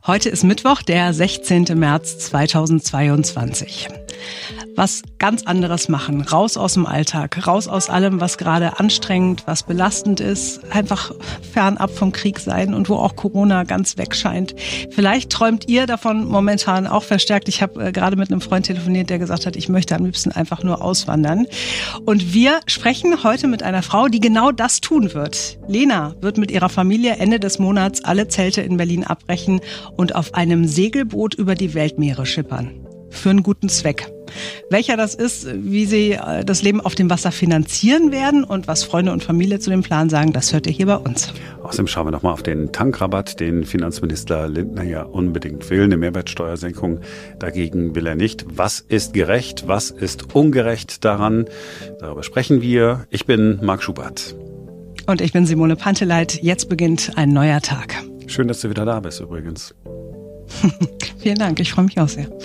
Heute ist Mittwoch, der 16. März 2022. Was ganz anderes machen, raus aus dem Alltag, raus aus allem, was gerade anstrengend, was belastend ist, einfach fernab vom Krieg sein und wo auch Corona ganz weg scheint. Vielleicht träumt ihr davon momentan auch verstärkt. Ich habe gerade mit einem Freund telefoniert, der gesagt hat, ich möchte am liebsten einfach nur auswandern. Und wir sprechen heute mit einer Frau, die genau das tun wird. Lena wird mit ihrer Familie Ende des Monats alle Zelte in Berlin abbrechen und auf einem Segelboot über die Weltmeere schippern. Für einen guten Zweck. Welcher das ist, wie sie das Leben auf dem Wasser finanzieren werden und was Freunde und Familie zu dem Plan sagen, das hört ihr hier bei uns. Außerdem schauen wir noch mal auf den Tankrabatt, den Finanzminister Lindner ja unbedingt will. Eine Mehrwertsteuersenkung dagegen will er nicht. Was ist gerecht, was ist ungerecht daran? Darüber sprechen wir. Ich bin Marc Schubert. Und ich bin Simone Panteleit. Jetzt beginnt ein neuer Tag. Schön, dass du wieder da bist übrigens. Vielen Dank, ich freue mich auch sehr.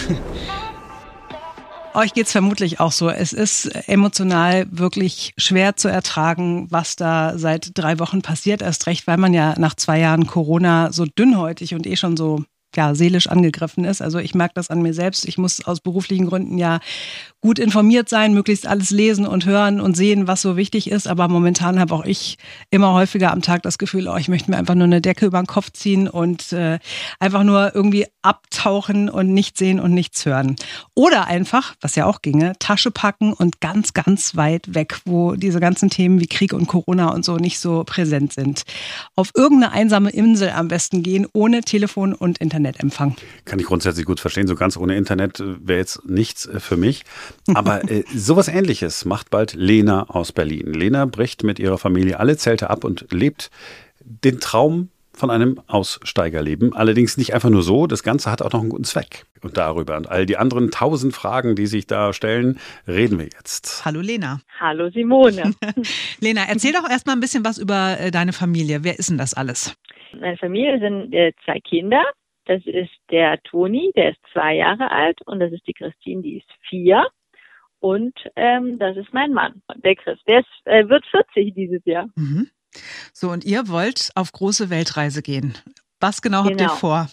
Euch geht's vermutlich auch so. Es ist emotional wirklich schwer zu ertragen, was da seit 3 Wochen passiert. Erst recht, weil man ja nach 2 Jahren Corona so dünnhäutig und schon so seelisch angegriffen ist. Also ich merke das an mir selbst. Ich muss aus beruflichen Gründen ja gut informiert sein, möglichst alles lesen und hören und sehen, was so wichtig ist. Aber momentan habe auch ich immer häufiger am Tag das Gefühl, ich möchte mir einfach nur eine Decke über den Kopf ziehen und einfach nur irgendwie abtauchen und nichts sehen und nichts hören. Oder einfach, was ja auch ginge, Tasche packen und ganz, ganz weit weg, wo diese ganzen Themen wie Krieg und Corona und so nicht so präsent sind. Auf irgendeine einsame Insel am besten gehen, ohne Telefon und Internetempfang. Kann ich grundsätzlich gut verstehen. So ganz ohne Internet wäre jetzt nichts für mich. Aber sowas Ähnliches macht bald Lena aus Berlin. Lena bricht mit ihrer Familie alle Zelte ab und lebt den Traum von einem Aussteigerleben. Allerdings nicht einfach nur so, das Ganze hat auch noch einen guten Zweck. Und darüber und all die anderen 1000 Fragen, die sich da stellen, reden wir jetzt. Hallo Lena. Hallo Simone. Lena, erzähl doch erstmal ein bisschen was über deine Familie. Wer ist denn das alles? Meine Familie sind 2 Kinder. Das ist der Toni, der ist 2 Jahre alt, und das ist die Christine, die ist 4. Und das ist mein Mann, der Chris. Der wird 40 dieses Jahr. Mhm. So, und ihr wollt auf große Weltreise gehen. Was genau habt ihr vor?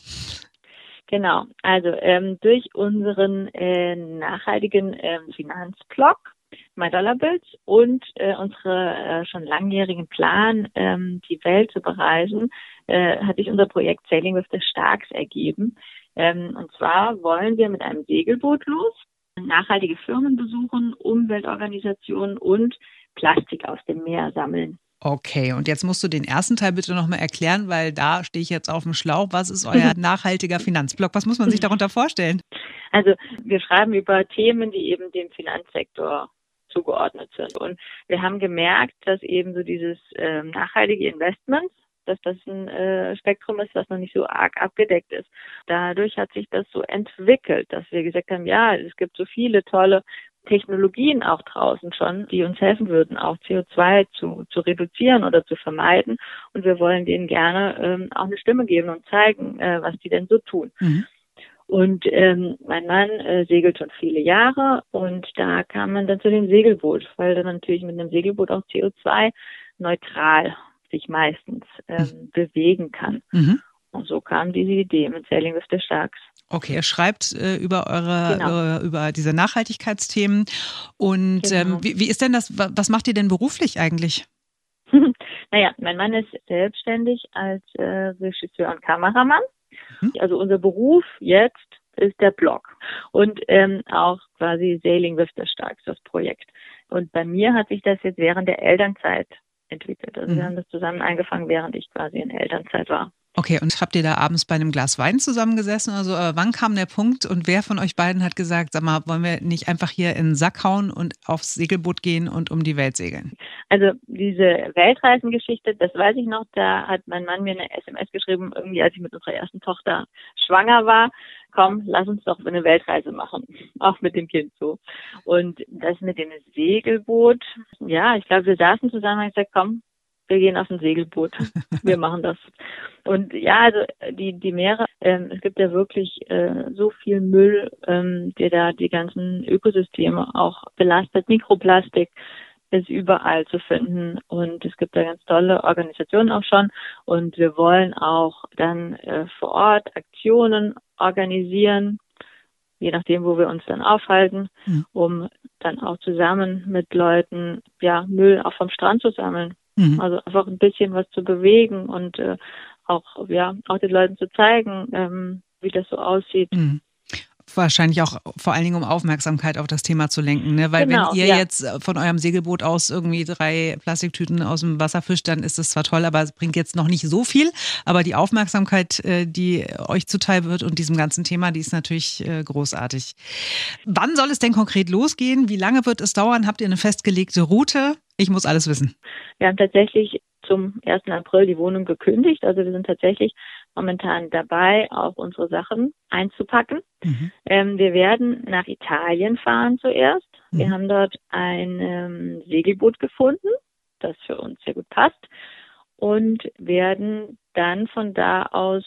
Genau, also durch unseren nachhaltigen Finanzblog MyDollarBills und unsere schon langjährigen Plan, die Welt zu bereisen, hat sich unser Projekt Sailing with the Sharks ergeben. Und zwar wollen wir mit einem Segelboot los, nachhaltige Firmen besuchen, Umweltorganisationen und Plastik aus dem Meer sammeln. Okay, und jetzt musst du den ersten Teil bitte nochmal erklären, weil da stehe ich jetzt auf dem Schlauch. Was ist euer nachhaltiger Finanzblog? Was muss man sich darunter vorstellen? Also wir schreiben über Themen, die eben dem Finanzsektor zugeordnet sind. Und wir haben gemerkt, dass eben so dieses nachhaltige Investments, dass das ein Spektrum ist, was noch nicht so arg abgedeckt ist. Dadurch hat sich das so entwickelt, dass wir gesagt haben, ja, es gibt so viele tolle Technologien auch draußen schon, die uns helfen würden, auch CO2 zu reduzieren oder zu vermeiden. Und wir wollen denen gerne auch eine Stimme geben und zeigen, was die denn so tun. Mhm. Und mein Mann segelt schon viele Jahre, und da kam man dann zu dem Segelboot, weil dann natürlich mit einem Segelboot auch CO2-neutral sich meistens bewegen kann. Mhm. Und so kam diese Idee mit Sailing with the Sharks. Okay, ihr schreibt über diese Nachhaltigkeitsthemen. Und wie ist denn das, was macht ihr denn beruflich eigentlich? Naja, mein Mann ist selbstständig als Regisseur und Kameramann. Mhm. Also unser Beruf jetzt ist der Blog und auch quasi Sailing with the Sharks, das Projekt. Und bei mir hat sich das jetzt während der Elternzeit entwickelt. Also wir haben das zusammen angefangen, während ich quasi in Elternzeit war. Okay, und habt ihr da abends bei einem Glas Wein zusammengesessen? Also wann kam der Punkt und wer von euch beiden hat gesagt, sag mal, wollen wir nicht einfach hier in den Sack hauen und aufs Segelboot gehen und um die Welt segeln? Also diese Weltreisengeschichte, das weiß ich noch, da hat mein Mann mir eine SMS geschrieben, irgendwie als ich mit unserer ersten Tochter schwanger war. Komm, lass uns doch eine Weltreise machen, auch mit dem Kind so. Und das mit dem Segelboot, ja, ich glaube, wir saßen zusammen und gesagt, komm, wir gehen auf ein Segelboot, wir machen das. Und ja, also die Meere, es gibt ja wirklich so viel Müll, der da die ganzen Ökosysteme auch belastet, Mikroplastik, ist überall zu finden und es gibt da ganz tolle Organisationen auch schon und wir wollen auch dann vor Ort Aktionen organisieren, je nachdem, wo wir uns dann aufhalten, um dann auch zusammen mit Leuten Müll auch vom Strand zu sammeln. Also einfach ein bisschen was zu bewegen und auch den Leuten zu zeigen, wie das so aussieht. Wahrscheinlich auch vor allen Dingen, um Aufmerksamkeit auf das Thema zu lenken, ne? Weil Genau, wenn ihr jetzt von eurem Segelboot aus irgendwie 3 Plastiktüten aus dem Wasser fischt, dann ist das zwar toll, aber es bringt jetzt noch nicht so viel. Aber die Aufmerksamkeit, die euch zuteil wird und diesem ganzen Thema, die ist natürlich großartig. Wann soll es denn konkret losgehen? Wie lange wird es dauern? Habt ihr eine festgelegte Route? Ich muss alles wissen. Wir haben tatsächlich zum 1. April die Wohnung gekündigt. Also wir sind tatsächlich momentan dabei, auch unsere Sachen einzupacken. Wir werden nach Italien fahren zuerst. Wir haben dort ein Segelboot gefunden, das für uns sehr gut passt. Und werden dann von da aus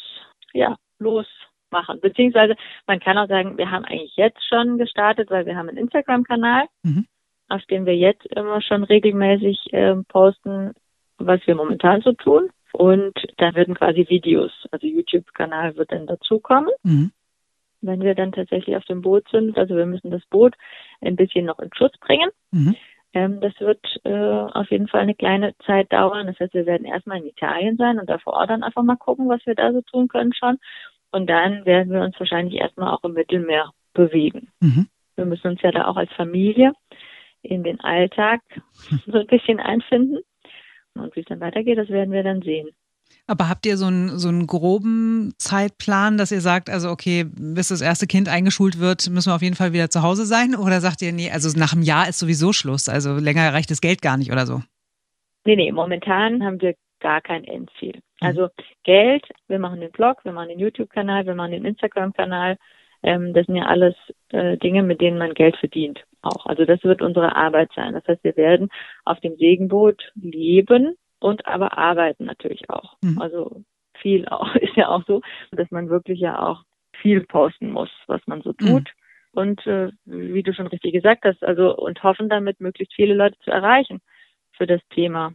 losmachen. Beziehungsweise man kann auch sagen, wir haben eigentlich jetzt schon gestartet, weil wir haben einen Instagram-Kanal, auf dem wir jetzt immer schon regelmäßig posten, was wir momentan so tun. Und da werden quasi Videos, also YouTube-Kanal wird dann dazukommen, wenn wir dann tatsächlich auf dem Boot sind. Also wir müssen das Boot ein bisschen noch in Schutz bringen. Das wird auf jeden Fall eine kleine Zeit dauern. Das heißt, wir werden erstmal in Italien sein und da vor Ort dann einfach mal gucken, was wir da so tun können schon. Und dann werden wir uns wahrscheinlich erstmal auch im Mittelmeer bewegen. Wir müssen uns ja da auch als Familie in den Alltag so ein bisschen einfinden. Und wie es dann weitergeht, das werden wir dann sehen. Aber habt ihr so einen groben Zeitplan, dass ihr sagt, also okay, bis das erste Kind eingeschult wird, müssen wir auf jeden Fall wieder zu Hause sein? Oder sagt ihr, nee, also nach einem Jahr ist sowieso Schluss, also länger reicht das Geld gar nicht oder so? Nee, momentan haben wir gar kein Endziel. Also Geld, wir machen den Blog, wir machen den YouTube-Kanal, wir machen den Instagram-Kanal. Das sind ja alles Dinge, mit denen man Geld verdient auch. Also das wird unsere Arbeit sein. Das heißt, wir werden auf dem Segelboot leben und aber arbeiten natürlich auch. Also viel auch ist ja auch so, dass man wirklich ja auch viel posten muss, was man so tut. Und wie du schon richtig gesagt hast, also und hoffen damit, möglichst viele Leute zu erreichen für das Thema.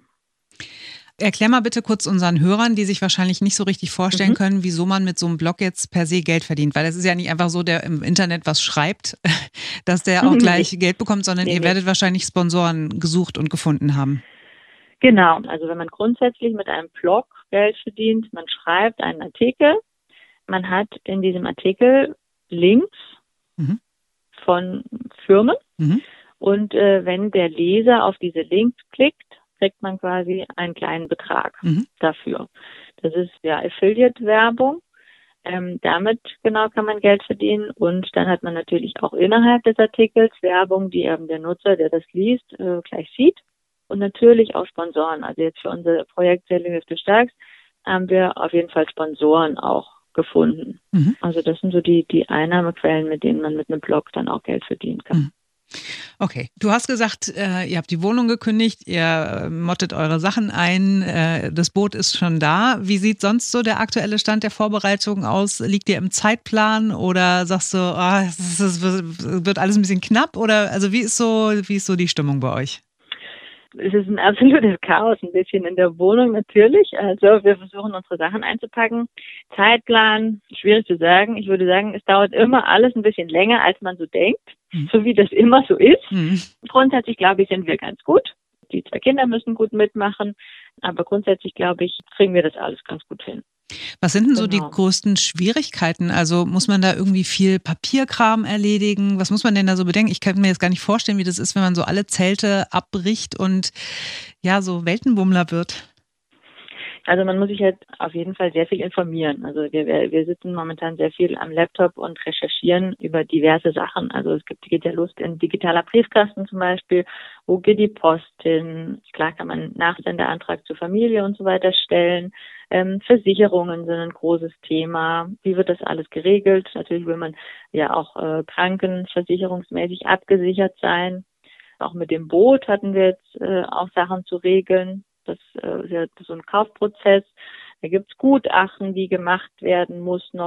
Erklär mal bitte kurz unseren Hörern, die sich wahrscheinlich nicht so richtig vorstellen können, wieso man mit so einem Blog jetzt per se Geld verdient. Weil es ist ja nicht einfach so, der im Internet was schreibt, dass der auch gleich Geld bekommt, sondern ihr werdet wahrscheinlich Sponsoren gesucht und gefunden haben. Genau, also wenn man grundsätzlich mit einem Blog Geld verdient, man schreibt einen Artikel, man hat in diesem Artikel Links von Firmen und wenn der Leser auf diese Links klickt, kriegt man quasi einen kleinen Betrag dafür. Das ist Affiliate-Werbung. Damit genau kann man Geld verdienen und dann hat man natürlich auch innerhalb des Artikels Werbung, die eben der Nutzer, der das liest, gleich sieht und natürlich auch Sponsoren. Also jetzt für unser Projekt Segelhilfe Starks haben wir auf jeden Fall Sponsoren auch gefunden. Also das sind so die Einnahmequellen, mit denen man mit einem Blog dann auch Geld verdienen kann. Okay, du hast gesagt, ihr habt die Wohnung gekündigt, ihr mottet eure Sachen ein, das Boot ist schon da. Wie sieht sonst so der aktuelle Stand der Vorbereitung aus? Liegt ihr im Zeitplan oder sagst du, es wird alles ein bisschen knapp? Oder also wie ist so die Stimmung bei euch? Es ist ein absolutes Chaos, ein bisschen in der Wohnung natürlich. Also wir versuchen unsere Sachen einzupacken. Zeitplan, schwierig zu sagen. Ich würde sagen, es dauert immer alles ein bisschen länger, als man so denkt. So wie das immer so ist. Grundsätzlich, glaube ich, sind wir ganz gut. Die 2 Kinder müssen gut mitmachen. Aber grundsätzlich, glaube ich, kriegen wir das alles ganz gut hin. Was sind denn so die größten Schwierigkeiten? Also muss man da irgendwie viel Papierkram erledigen? Was muss man denn da so bedenken? Ich kann mir jetzt gar nicht vorstellen, wie das ist, wenn man so alle Zelte abbricht und so Weltenbummler wird. Also man muss sich halt auf jeden Fall sehr viel informieren. Also wir sitzen momentan sehr viel am Laptop und recherchieren über diverse Sachen. Also geht ja los in digitaler Briefkasten zum Beispiel. Wo geht die Post hin? Klar kann man einen Nachsendeantrag zur Familie und so weiter stellen. Versicherungen sind ein großes Thema. Wie wird das alles geregelt? Natürlich will man ja auch krankenversicherungsmäßig abgesichert sein. Auch mit dem Boot hatten wir jetzt auch Sachen zu regeln. Das ist ja so ein Kaufprozess. Da gibt's Gutachten, die gemacht werden muss noch.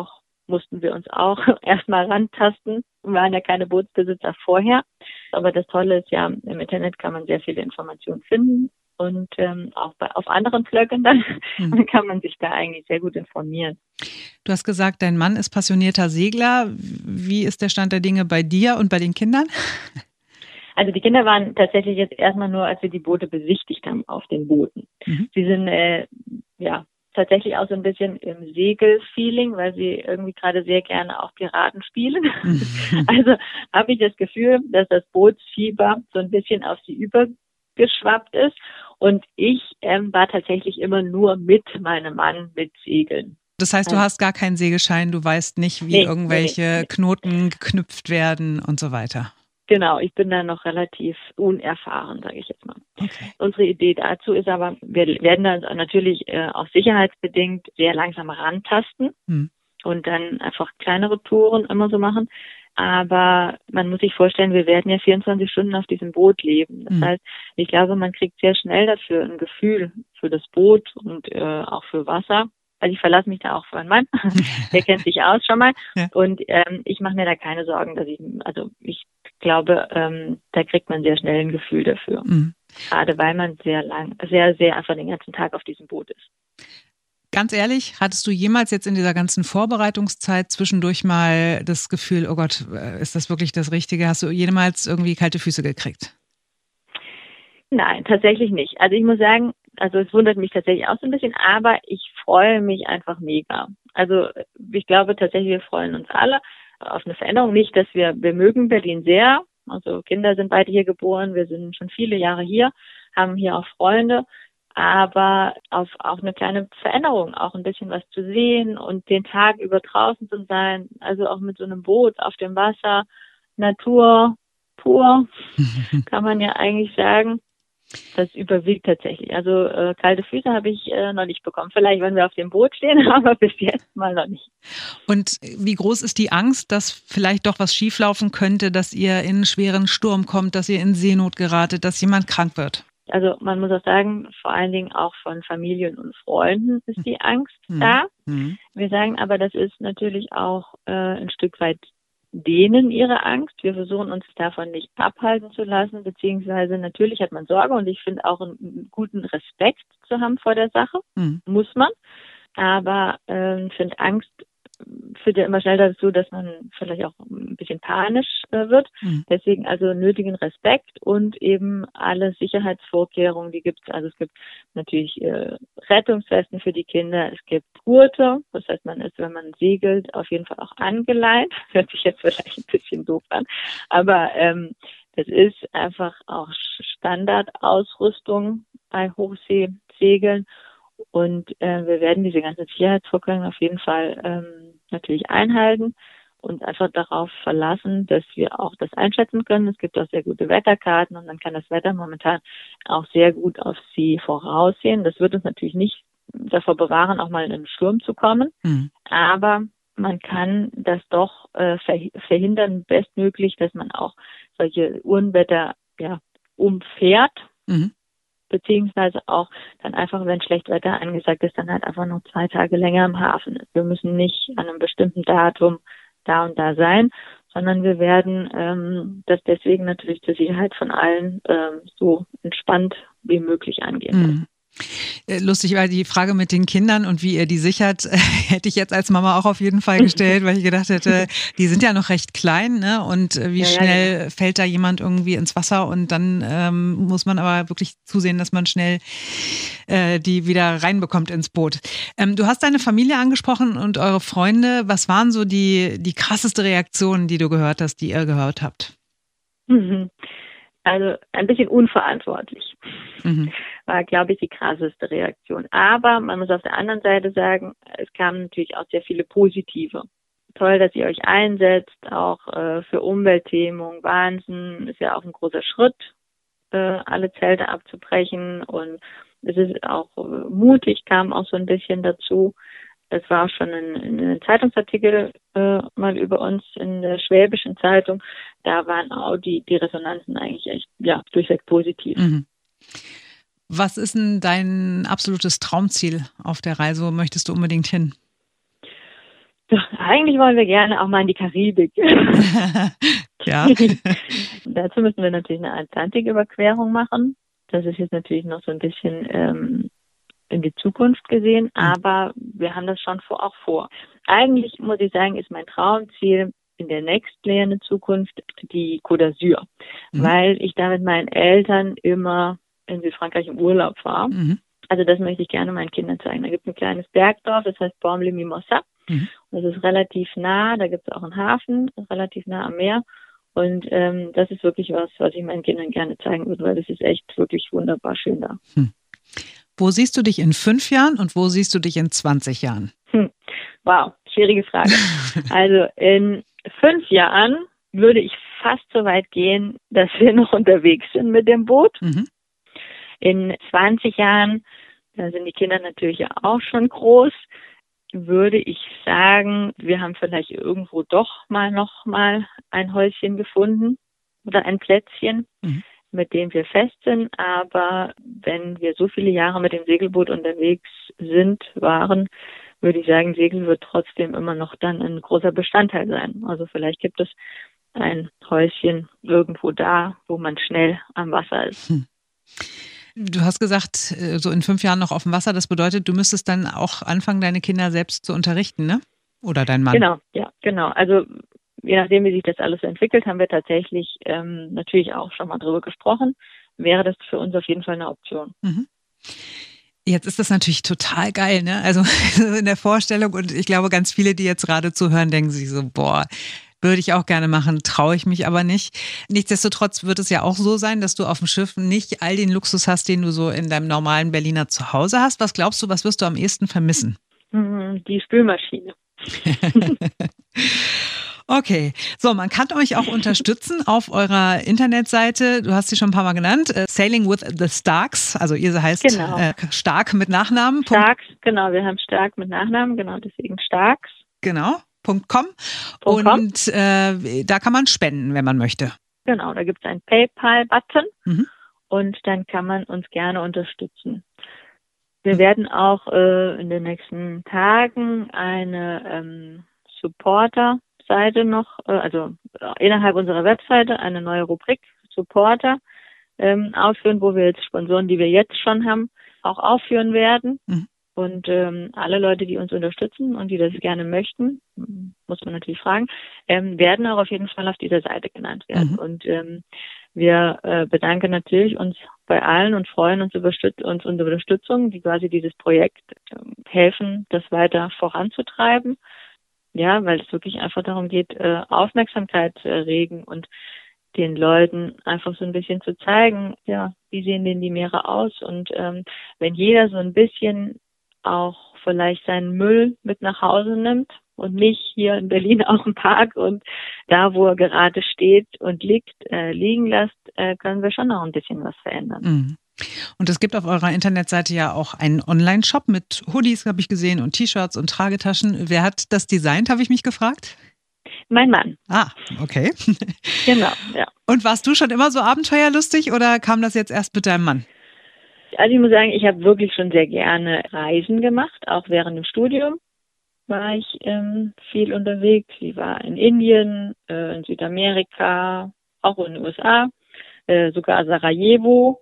mussten wir uns auch erstmal rantasten. Wir waren ja keine Bootsbesitzer vorher. Aber das Tolle ist ja, im Internet kann man sehr viele Informationen finden. Und auch auf anderen Flöcken dann kann man sich da eigentlich sehr gut informieren. Du hast gesagt, dein Mann ist passionierter Segler. Wie ist der Stand der Dinge bei dir und bei den Kindern? Also die Kinder waren tatsächlich jetzt erstmal nur, als wir die Boote besichtigt haben, auf den Booten. Sie sind tatsächlich auch so ein bisschen im Segelfeeling, weil sie irgendwie gerade sehr gerne auch Piraten spielen. Also habe ich das Gefühl, dass das Bootsfieber so ein bisschen auf sie übergeschwappt ist. Und ich war tatsächlich immer nur mit meinem Mann mit Segeln. Das heißt, du hast gar keinen Segelschein, du weißt nicht, wie irgendwelche Knoten geknüpft werden und so weiter. Genau, ich bin da noch relativ unerfahren, sage ich jetzt mal. Okay. Unsere Idee dazu ist aber, wir werden dann natürlich auch sicherheitsbedingt sehr langsam rantasten und dann einfach kleinere Touren immer so machen. Aber man muss sich vorstellen, wir werden ja 24 Stunden auf diesem Boot leben. Das heißt, ich glaube, man kriegt sehr schnell dafür ein Gefühl für das Boot und auch für Wasser. Also ich verlasse mich da auch auf meinen Mann, der kennt sich aus schon mal. Ja. Und ich mache mir da keine Sorgen, dass ich glaube, da kriegt man sehr schnell ein Gefühl dafür. Gerade weil man sehr einfach den ganzen Tag auf diesem Boot ist. Ganz ehrlich, hattest du jemals jetzt in dieser ganzen Vorbereitungszeit zwischendurch mal das Gefühl, oh Gott, ist das wirklich das Richtige? Hast du jemals irgendwie kalte Füße gekriegt? Nein, tatsächlich nicht. Also ich muss sagen, es wundert mich tatsächlich auch so ein bisschen, aber ich freue mich einfach mega. Also ich glaube tatsächlich, wir freuen uns alle auf eine Veränderung. Nicht, dass wir mögen Berlin sehr. Also Kinder sind beide hier geboren, wir sind schon viele Jahre hier, haben hier auch Freunde. Aber auf auch eine kleine Veränderung, auch ein bisschen was zu sehen und den Tag über draußen zu sein, also auch mit so einem Boot auf dem Wasser, Natur pur, kann man ja eigentlich sagen. Das überwiegt tatsächlich. Also kalte Füße habe ich noch nicht bekommen. Vielleicht, wenn wir auf dem Boot stehen, aber bis jetzt mal noch nicht. Und wie groß ist die Angst, dass vielleicht doch was schieflaufen könnte, dass ihr in einen schweren Sturm kommt, dass ihr in Seenot geratet, dass jemand krank wird? Also man muss auch sagen, vor allen Dingen auch von Familien und Freunden ist die Angst da. Wir sagen aber, das ist natürlich auch ein Stück weit denen ihre Angst. Wir versuchen uns davon nicht abhalten zu lassen, beziehungsweise natürlich hat man Sorge und ich finde auch einen guten Respekt zu haben vor der Sache, muss man. Aber finde Angst führt ja immer schnell dazu, dass man vielleicht auch ein bisschen panisch wird. Deswegen also nötigen Respekt und eben alle Sicherheitsvorkehrungen, die gibt es. Also es gibt natürlich Rettungswesten für die Kinder, es gibt Gurte, das heißt, man ist, wenn man segelt, auf jeden Fall auch angeleint. Hört sich jetzt vielleicht ein bisschen doof an, aber das ist einfach auch Standardausrüstung bei Hochseesegeln. Und wir werden diese ganzen Sicherheitsvorkehrungen auf jeden Fall natürlich einhalten und einfach darauf verlassen, dass wir auch das einschätzen können. Es gibt auch sehr gute Wetterkarten und man kann das Wetter momentan auch sehr gut auf Sie voraussehen. Das wird uns natürlich nicht davor bewahren, auch mal in einen Sturm zu kommen. Aber man kann das doch verhindern, bestmöglich, dass man auch solche Unwetter umfährt. Beziehungsweise auch dann einfach, wenn Schlechtwetter angesagt ist, dann halt einfach noch 2 Tage länger im Hafen ist. Wir müssen nicht an einem bestimmten Datum da und da sein, sondern wir werden das deswegen natürlich zur Sicherheit von allen so entspannt wie möglich angehen. Lustig war die Frage mit den Kindern und wie ihr die sichert, hätte ich jetzt als Mama auch auf jeden Fall gestellt, weil ich gedacht hätte, die sind ja noch recht klein, ne? Und wie schnell fällt da jemand irgendwie ins Wasser und dann muss man aber wirklich zusehen, dass man schnell die wieder reinbekommt ins Boot. Du hast deine Familie angesprochen und eure Freunde. Was waren so die krasseste Reaktion, die du gehört hast, die ihr gehört habt? Also ein bisschen unverantwortlich war, glaube ich, die krasseste Reaktion. Aber man muss auf der anderen Seite sagen, es kamen natürlich auch sehr viele positive. Toll, dass ihr euch einsetzt, auch für Umweltthemen. Wahnsinn, ist ja auch ein großer Schritt, alle Zelte abzubrechen. Und es ist auch mutig, kam auch so ein bisschen dazu. Es war auch schon ein Zeitungsartikel mal über uns in der Schwäbischen Zeitung. Da waren auch die Resonanzen eigentlich echt durchweg positiv. Was ist denn dein absolutes Traumziel auf der Reise? Wo möchtest du unbedingt hin? Eigentlich wollen wir gerne auch mal in die Karibik. Ja. Dazu müssen wir natürlich eine Atlantiküberquerung machen. Das ist jetzt natürlich noch so ein bisschen in die Zukunft gesehen, aber wir haben das schon auch vor. Eigentlich, muss ich sagen, ist mein Traumziel in der nächstliegenden Zukunft die Côte d'Azur, weil ich da mit meinen Eltern immer in Südfrankreich im Urlaub war. Also das möchte ich gerne meinen Kindern zeigen. Da gibt es ein kleines Bergdorf, das heißt Bormes-les-Mimosas. Das ist relativ nah, da gibt es auch einen Hafen, relativ nah am Meer. Und das ist wirklich was ich meinen Kindern gerne zeigen würde, weil das ist echt wirklich wunderbar schön da. Wo siehst du dich in 5 Jahren und wo siehst du dich in 20 Jahren? Wow, schwierige Frage. Also in 5 Jahren würde ich fast so weit gehen, dass wir noch unterwegs sind mit dem Boot. In 20 Jahren, da sind die Kinder natürlich ja auch schon groß, würde ich sagen, wir haben vielleicht irgendwo doch noch mal ein Häuschen gefunden oder ein Plätzchen, mit dem wir fest sind. Aber wenn wir so viele Jahre mit dem Segelboot unterwegs waren, würde ich sagen, Segeln wird trotzdem immer noch dann ein großer Bestandteil sein. Also vielleicht gibt es ein Häuschen irgendwo da, wo man schnell am Wasser ist. Du hast gesagt, so in 5 Jahren noch auf dem Wasser. Das bedeutet, du müsstest dann auch anfangen, deine Kinder selbst zu unterrichten, ne? Oder dein Mann? Genau, ja, genau. Also je nachdem, wie sich das alles so entwickelt, haben wir tatsächlich natürlich auch schon mal drüber gesprochen. Wäre das für uns auf jeden Fall eine Option. Jetzt ist das natürlich total geil, ne? Also in der Vorstellung, und ich glaube, ganz viele, die jetzt gerade zuhören, denken sich so, boah, würde ich auch gerne machen, traue ich mich aber nicht. Nichtsdestotrotz wird es ja auch so sein, dass du auf dem Schiff nicht all den Luxus hast, den du so in deinem normalen Berliner Zuhause hast. Was glaubst du, was wirst du am ehesten vermissen? Die Spülmaschine. Okay, so, man kann euch auch unterstützen auf eurer Internetseite. Du hast sie schon ein paar Mal genannt. Sailing with the Starks, also ihr heißt Stark mit Nachnamen. Starks, genau, wir haben Stark mit Nachnamen, genau, deswegen Starks. Genau. .com. Und da kann man spenden, wenn man möchte. Genau, da gibt es einen PayPal-Button und dann kann man uns gerne unterstützen. Wir werden auch in den nächsten Tagen eine Supporter-Seite noch, also innerhalb unserer Webseite eine neue Rubrik Supporter aufführen, wo wir jetzt Sponsoren, die wir jetzt schon haben, auch aufführen werden. Und alle Leute, die uns unterstützen und die das gerne möchten, muss man natürlich fragen, werden auch auf jeden Fall auf dieser Seite genannt werden. Und wir bedanken natürlich uns bei allen und freuen uns über unsere Unterstützung, die quasi dieses Projekt helfen, das weiter voranzutreiben. Ja, weil es wirklich einfach darum geht, Aufmerksamkeit zu erregen und den Leuten einfach so ein bisschen zu zeigen, ja, wie sehen denn die Meere aus? Und wenn jeder so ein bisschen auch vielleicht seinen Müll mit nach Hause nimmt und nicht hier in Berlin auch im Park und da, wo er gerade steht und liegen lässt, können wir schon noch ein bisschen was verändern. Und es gibt auf eurer Internetseite ja auch einen Online-Shop mit Hoodies, habe ich gesehen, und T-Shirts und Tragetaschen. Wer hat das designt, habe ich mich gefragt? Mein Mann. Ah, okay. Genau, ja. Und warst du schon immer so abenteuerlustig oder kam das jetzt erst mit deinem Mann? Also ich muss sagen, ich habe wirklich schon sehr gerne Reisen gemacht, auch während dem Studium war ich viel unterwegs. Ich war in Indien, in Südamerika, auch in den USA, sogar Sarajevo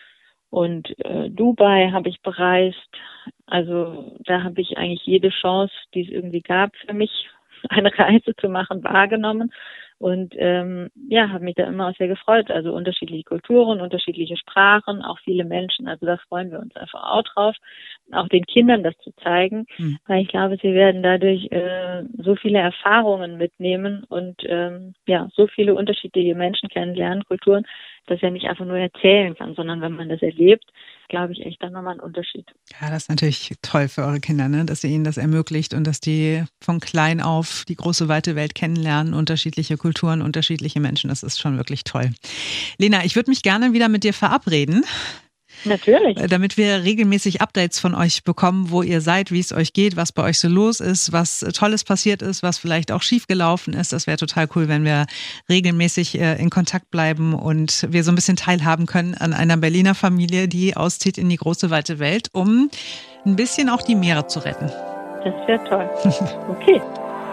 und Dubai habe ich bereist. Also da habe ich eigentlich jede Chance, die es irgendwie gab für mich, eine Reise zu machen, wahrgenommen. Und habe mich da immer auch sehr gefreut. Also unterschiedliche Kulturen, unterschiedliche Sprachen, auch viele Menschen. Also da freuen wir uns einfach auch drauf, auch den Kindern das zu zeigen. Weil ich glaube, sie werden dadurch so viele Erfahrungen mitnehmen und so viele unterschiedliche Menschen kennenlernen, Kulturen, dass er nicht einfach nur erzählen kann, sondern wenn man das erlebt, glaube ich, echt dann nochmal ein Unterschied. Ja, das ist natürlich toll für eure Kinder, ne? Dass ihr ihnen das ermöglicht und dass die von klein auf die große, weite Welt kennenlernen, unterschiedliche Kulturen, unterschiedliche Menschen. Das ist schon wirklich toll. Lena, ich würde mich gerne wieder mit dir verabreden. Natürlich. Damit wir regelmäßig Updates von euch bekommen, wo ihr seid, wie es euch geht, was bei euch so los ist, was Tolles passiert ist, was vielleicht auch schief gelaufen ist. Das wäre total cool, wenn wir regelmäßig in Kontakt bleiben und wir so ein bisschen teilhaben können an einer Berliner Familie, die auszieht in die große, weite Welt, um ein bisschen auch die Meere zu retten. Das wäre toll. Okay.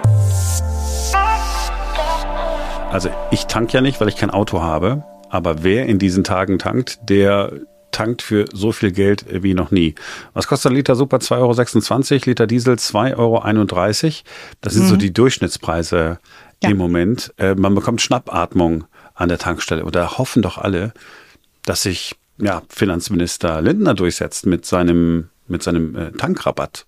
Also ich tank ja nicht, weil ich kein Auto habe. Aber wer in diesen Tagen tankt, der tankt für so viel Geld wie noch nie. Was kostet ein Liter Super? 2,26 €, Liter Diesel 2,31 €. Das sind so die Durchschnittspreise im Moment. Man bekommt Schnappatmung an der Tankstelle. Und da hoffen doch alle, dass sich Finanzminister Lindner durchsetzt mit seinem Tankrabatt.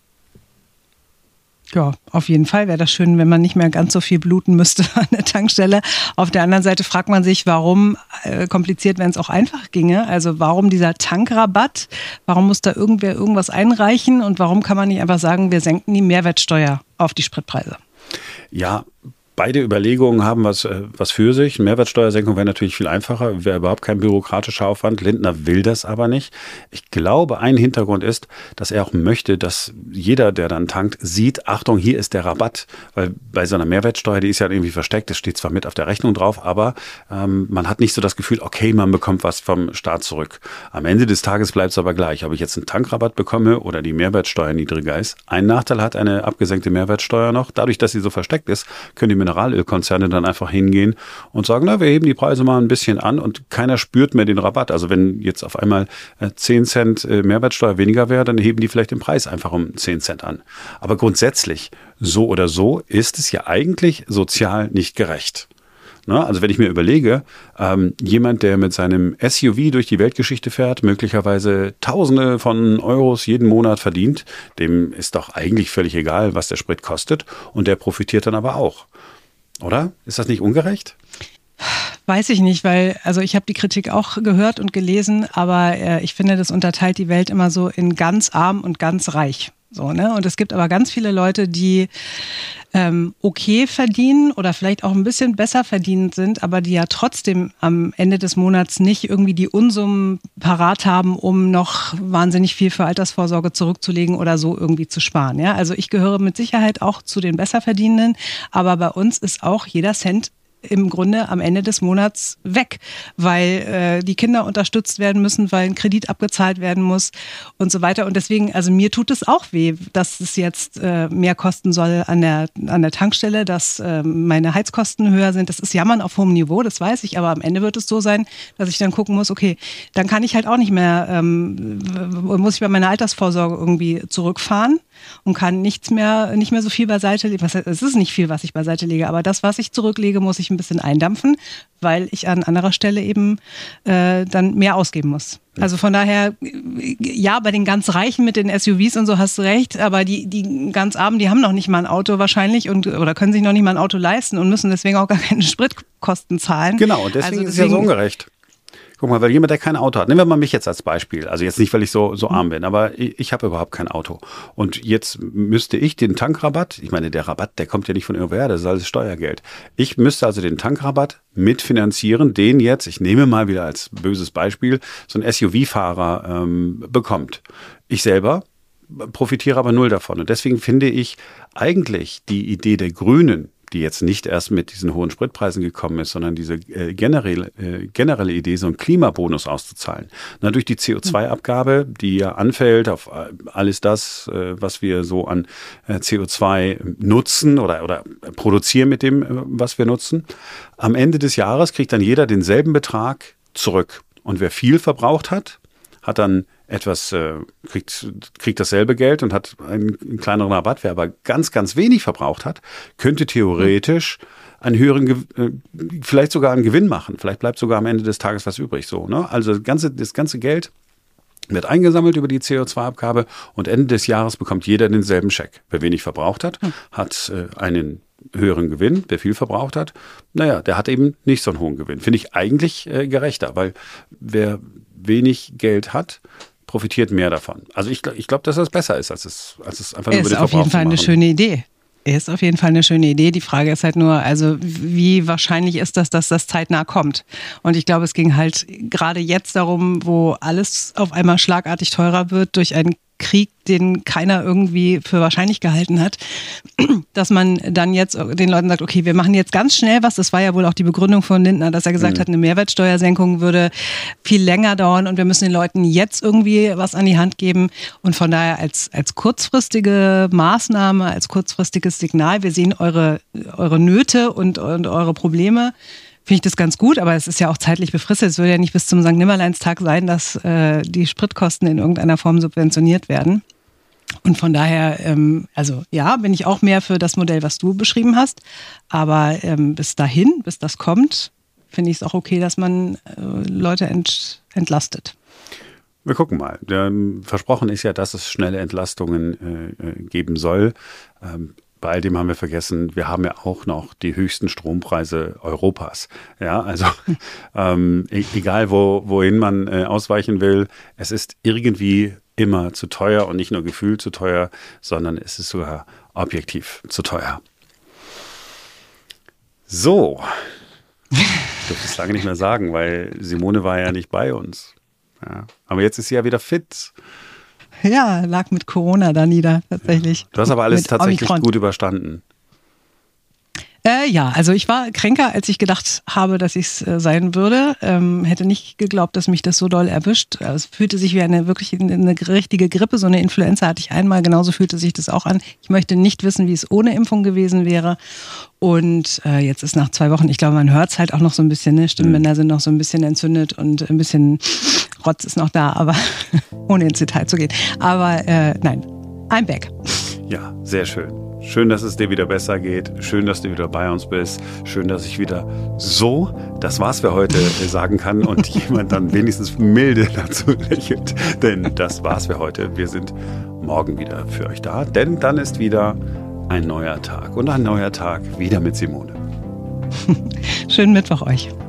Ja, auf jeden Fall wäre das schön, wenn man nicht mehr ganz so viel bluten müsste an der Tankstelle. Auf der anderen Seite fragt man sich, warum kompliziert, wenn es auch einfach ginge. Also warum dieser Tankrabatt? Warum muss da irgendwer irgendwas einreichen? Und warum kann man nicht einfach sagen, wir senken die Mehrwertsteuer auf die Spritpreise? Ja, beide Überlegungen haben was für sich. Eine Mehrwertsteuersenkung wäre natürlich viel einfacher, wäre überhaupt kein bürokratischer Aufwand. Lindner will das aber nicht. Ich glaube, ein Hintergrund ist, dass er auch möchte, dass jeder, der dann tankt, sieht, Achtung, hier ist der Rabatt. Weil bei so einer Mehrwertsteuer, die ist ja irgendwie versteckt, das steht zwar mit auf der Rechnung drauf, aber man hat nicht so das Gefühl, okay, man bekommt was vom Staat zurück. Am Ende des Tages bleibt es aber gleich, ob ich jetzt einen Tankrabatt bekomme oder die Mehrwertsteuer niedriger ist. Ein Nachteil hat eine abgesenkte Mehrwertsteuer noch. Dadurch, dass sie so versteckt ist, können die Mineralölkonzerne dann einfach hingehen und sagen, wir heben die Preise mal ein bisschen an und keiner spürt mehr den Rabatt. Also wenn jetzt auf einmal 10 Cent Mehrwertsteuer weniger wäre, dann heben die vielleicht den Preis einfach um 10 Cent an. Aber grundsätzlich, so oder so, ist es ja eigentlich sozial nicht gerecht. Also wenn ich mir überlege, jemand, der mit seinem SUV durch die Weltgeschichte fährt, möglicherweise Tausende von Euros jeden Monat verdient, dem ist doch eigentlich völlig egal, was der Sprit kostet und der profitiert dann aber auch. Oder? Ist das nicht ungerecht? Weiß ich nicht, weil ich habe die Kritik auch gehört und gelesen, aber ich finde, das unterteilt die Welt immer so in ganz arm und ganz reich. So, ne? Und es gibt aber ganz viele Leute, die okay verdienen oder vielleicht auch ein bisschen besser verdient sind, aber die ja trotzdem am Ende des Monats nicht irgendwie die Unsummen parat haben, um noch wahnsinnig viel für Altersvorsorge zurückzulegen oder so irgendwie zu sparen. Ja? Also ich gehöre mit Sicherheit auch zu den Besserverdienenden, aber bei uns ist auch jeder Cent im Grunde am Ende des Monats weg, weil die Kinder unterstützt werden müssen, weil ein Kredit abgezahlt werden muss und so weiter. Und deswegen, also mir tut es auch weh, dass es jetzt mehr kosten soll an der Tankstelle, dass meine Heizkosten höher sind. Das ist Jammern auf hohem Niveau, das weiß ich, aber am Ende wird es so sein, dass ich dann gucken muss, okay, dann kann ich halt auch nicht mehr, muss ich bei meiner Altersvorsorge irgendwie zurückfahren und kann nicht mehr so viel beiseite legen. Es ist nicht viel, was ich beiseite lege, aber das, was ich zurücklege, muss ich ein bisschen eindampfen, weil ich an anderer Stelle eben dann mehr ausgeben muss. Also von daher, ja, bei den ganz Reichen mit den SUVs und so hast du recht, aber die ganz Armen, die haben noch nicht mal ein Auto wahrscheinlich oder können sich noch nicht mal ein Auto leisten und müssen deswegen auch gar keine Spritkosten zahlen. Genau, und deswegen ist es ja so ungerecht. Guck mal, weil jemand, der kein Auto hat, nehmen wir mal mich jetzt als Beispiel, also jetzt nicht, weil ich so arm bin, aber ich habe überhaupt kein Auto. Und jetzt müsste ich den Tankrabatt, ich meine, der Rabatt, der kommt ja nicht von irgendwoher, das ist alles Steuergeld. Ich müsste also den Tankrabatt mitfinanzieren, den jetzt, ich nehme mal wieder als böses Beispiel, so ein SUV-Fahrer bekommt. Ich selber profitiere aber null davon. Und deswegen finde ich eigentlich die Idee der Grünen, die jetzt nicht erst mit diesen hohen Spritpreisen gekommen ist, sondern diese generelle Idee, so einen Klimabonus auszuzahlen. Durch die CO2-Abgabe, die ja anfällt auf alles das, was wir so an CO2 nutzen oder produzieren mit dem, was wir nutzen. Am Ende des Jahres kriegt dann jeder denselben Betrag zurück. Und wer viel verbraucht hat dann etwas, kriegt dasselbe Geld und hat einen kleineren Rabatt. Wer aber ganz, ganz wenig verbraucht hat, könnte theoretisch einen höheren, vielleicht sogar einen Gewinn machen. Vielleicht bleibt sogar am Ende des Tages was übrig. So, ne? Also das ganze Geld wird eingesammelt über die CO2-Abgabe und Ende des Jahres bekommt jeder denselben Scheck. Wer wenig verbraucht hat, hat einen höheren Gewinn. Wer viel verbraucht hat, der hat eben nicht so einen hohen Gewinn. Finde ich eigentlich gerechter, weil wer wenig Geld hat, profitiert mehr davon. Also ich glaube, dass das besser ist, als es einfach nur über den Verbrauch zu machen. Ist auf jeden Fall eine schöne Idee. Ist auf jeden Fall eine schöne Idee. Die Frage ist halt nur, also wie wahrscheinlich ist das, dass das zeitnah kommt? Und ich glaube, es ging halt gerade jetzt darum, wo alles auf einmal schlagartig teurer wird durch ein Krieg, den keiner irgendwie für wahrscheinlich gehalten hat, dass man dann jetzt den Leuten sagt, okay, wir machen jetzt ganz schnell was. Das war ja wohl auch die Begründung von Lindner, dass er gesagt hat, eine Mehrwertsteuersenkung würde viel länger dauern und wir müssen den Leuten jetzt irgendwie was an die Hand geben. Und von daher als kurzfristige Maßnahme, als kurzfristiges Signal, wir sehen eure Nöte und eure Probleme, finde ich das ganz gut, aber es ist ja auch zeitlich befristet. Es wird ja nicht bis zum St. Nimmerleinstag sein, dass die Spritkosten in irgendeiner Form subventioniert werden. Und von daher, also ja, bin ich auch mehr für das Modell, was du beschrieben hast. Aber bis dahin, bis das kommt, finde ich es auch okay, dass man Leute entlastet. Wir gucken mal. Versprochen ist ja, dass es schnelle Entlastungen geben soll. Bei all dem haben wir vergessen, wir haben ja auch noch die höchsten Strompreise Europas. Ja, also egal wohin man ausweichen will, es ist irgendwie immer zu teuer und nicht nur gefühlt zu teuer, sondern es ist sogar objektiv zu teuer. So, ich durfte es lange nicht mehr sagen, weil Simone war ja nicht bei uns. Ja, aber jetzt ist sie ja wieder fit. Ja, lag mit Corona da nieder, tatsächlich. Du hast aber alles tatsächlich Omikron gut überstanden. Ja, also ich war kränker, als ich gedacht habe, dass ich es sein würde. Hätte nicht geglaubt, dass mich das so doll erwischt. Es fühlte sich wie eine richtige Grippe. So eine Influenza hatte ich einmal. Genauso fühlte sich das auch an. Ich möchte nicht wissen, wie es ohne Impfung gewesen wäre. Und jetzt ist nach 2 Wochen, ich glaube, man hört es halt auch noch so ein bisschen, ne? Stimmbänder sind noch so ein bisschen entzündet und ein bisschen Rotz ist noch da, aber ohne ins Detail zu gehen. Aber nein, I'm back. Ja, sehr schön. Schön, dass es dir wieder besser geht. Schön, dass du wieder bei uns bist. Schön, dass ich wieder so, das war's für heute, sagen kann und jemand dann wenigstens milde dazu lächelt. Denn das war's für heute. Wir sind morgen wieder für euch da, denn dann ist wieder ein neuer Tag und ein neuer Tag wieder mit Simone. Schönen Mittwoch euch.